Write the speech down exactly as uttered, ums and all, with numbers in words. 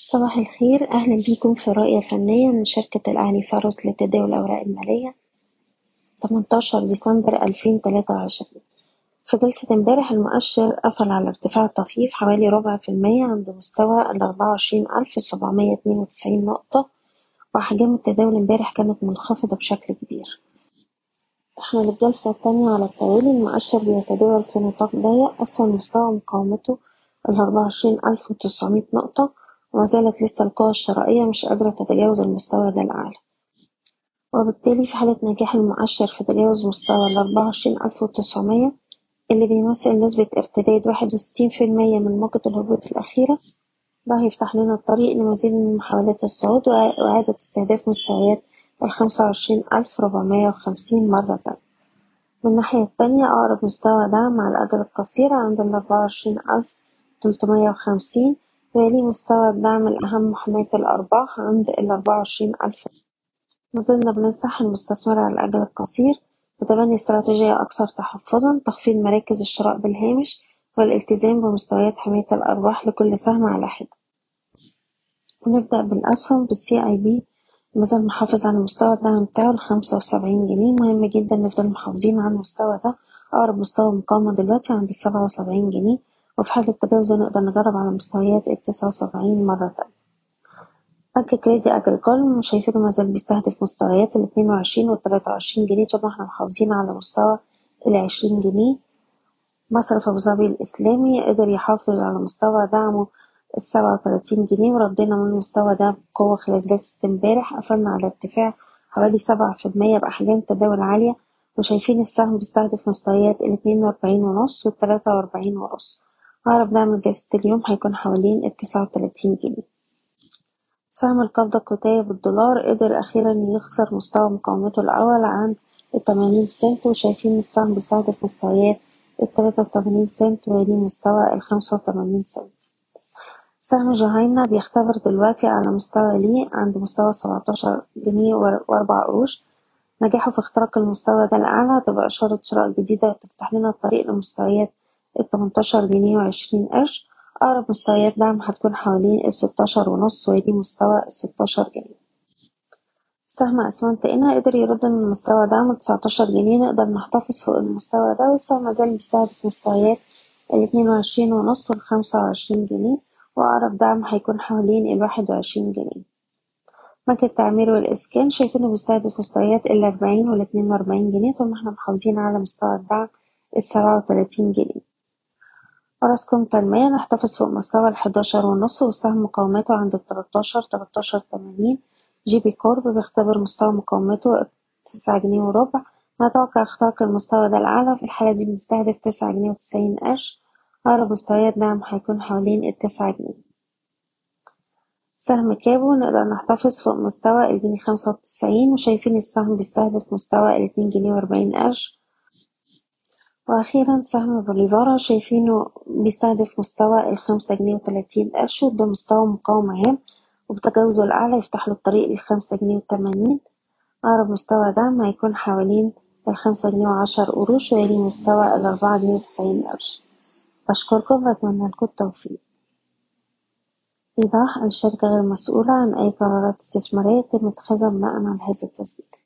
صباح الخير، أهلا بيكم في رؤية فنية من شركة الأهلي فارس لتداول الأوراق المالية تمنتاشر ديسمبر ألفين وتلاتة وعشرين. في جلسة امبارح المؤشر قفل على ارتفاع طفيف حوالي ربع في المية عند مستوى الأربعة وعشرين ألف سبعمية اتنين وتسعين نقطة، وأحجام التداول امبارح كانت منخفضة بشكل كبير. احنا للجلسة التانية على التوالي المؤشر بيتداول في نطاق ضيق أسفل مستوى مقاومته الأربعة وعشرين ألف وتسعمية نقطة، ومازالت لسه القوى الشرائية مش قادرة تتجاوز المستوى ده الأعلى، وبالتالي في حالة نجاح المؤشر في تجاوز مستوى الأربعة وعشرين ألف وتسعمية اللي بيمثل نسبة ارتداد واحد وستين في المية من موجة الهبوط الأخيرة، ده هيفتح لنا الطريق لمزيد من محاولات الصعود وإعادة استهداف مستويات الخمسة وعشرين ألف ربعمية وخمسين مرة تانية. من الناحية التانية أقرب مستوى دعم على الأجل القصير عند الأربعة وعشرين ألف تلتمية وخمسين، ويليه مستوى الدعم الأهم حماية الأرباح عند الأربعة وعشرين ألف. مازلنا بننصح المستثمر على الأجل القصير بتبني استراتيجية أكثر تحفظًا، تخفيض مراكز الشراء بالهامش، والالتزام بمستويات حماية الأرباح لكل سهم على حدة. ونبدأ بالأسهم بالسي اي بي، مازال محافظ على مستوى الدعم بتاعه الخمسة وسبعين جنيه، مهم جدا نفضل محافظين على المستوى ده. أقرب مستوى مقاومة دلوقتي عند السبعة وسبعين جنيه، وفي حالة تجاوزه نقدر نجرب على مستويات التسعة وسبعين مرة تانية. بنك كريدي أجريكول شايفينه مازال بيستهدف مستويات الاتنين وعشرين والتلاتة وعشرين جنيه طول ما احنا محافظين على مستوى العشرين جنيه. مصرف أبو ظبي الإسلامي قدر يحافظ على مستوى دعمه السبعة وتلاتين جنيه، وردينا من المستوى ده بقوة خلال جلسة امبارح، قفلنا على ارتفاع حوالي سبعة في المية بأحجام تداول عالية، وشايفين السهم بيستهدف مستويات الاتنين وأربعين ونص والتلاتة وأربعين ونص. أقرب دعم جلسة اليوم هيكون حوالين التسعة وتلاتين جنيه. سهم القبضة القوتية بالدولار قدر أخيرا يكسر مستوى مقاومته الأول عند التمانين سنت، وشايفين السهم بيستهدف مستويات التلاتة وتمانين سنت ويليه مستوى الخمسة وتمانين سنت. سهم جهينة بيختبر دلوقتي على مستوى ليه عند مستوى سبعتاشر جنيه وأربع قروش. نجاحه في اختراق المستوى ده الأعلى تبقى إشارة شراء جديدة وتفتح لنا الطريق لمستويات التمنتاشر جنيه وعشرين قرش. أقرب مستويات دعم هتكون حوالين الستاشر ونص ويليه مستوى الستاشر جنيه. سهم أسمنت قنا قدر يرد من مستوى دعم تسعتاشر جنيه، نقدر نحتفظ فوق المستوى ده، والسهم مازال مستهدف مستويات الاتنين وعشرين ونص والخمسة وعشرين جنيه، وأقرب دعم هيكون حوالين الواحد وعشرين جنيه. بنك التعمير والإسكان شايفينه بيستهدف مستويات الأربعين والاتنين وأربعين جنيه طول ما احنا محافظين على مستوى الدعم السبعة وتلاتين جنيه. أوراسكوم تنمية نحتفظ فوق مستوى الحداشر ونص، والسهم مقاومته عند التلاتاشر تلاتاشر تمانين. جي بي كورب بيختبر مستوى مقاومته تسعة جنيه وربع، نتوقع اختراق المستوى ده الأعلى، في الحالة دي بنستهدف تسعة جنيه وتسعين قرش. أقرب مستويات دعم هيكون حوالين التسعة جنيه. سهم كابو نقدر نحتفظ فوق مستوى الجنيه خمسة وتسعين، وشايفين السهم بيستهدف مستوى الاتنين جنيه وأربعين قرش. وأخيرا سهم بوليفارا شايفينه بيستهدف مستوى الخمسة جنيه وتلاتين قرش، وده مستوى مقاومة هام، وبتجاوزه الأعلى يفتح له الطريق للخمسة جنيه وتمانين. أقرب مستوى دعم هيكون حوالين الخمسة جنيه وعشر قروش ويليه مستوى الأربعة جنيه وتسعين قرش. بشكركم وأتمنى لكم التوفيق. إيضاح: الشركة غير مسؤولة عن أي قرارات استثمارية يتم اتخاذها بناءً على هذا التسجيل.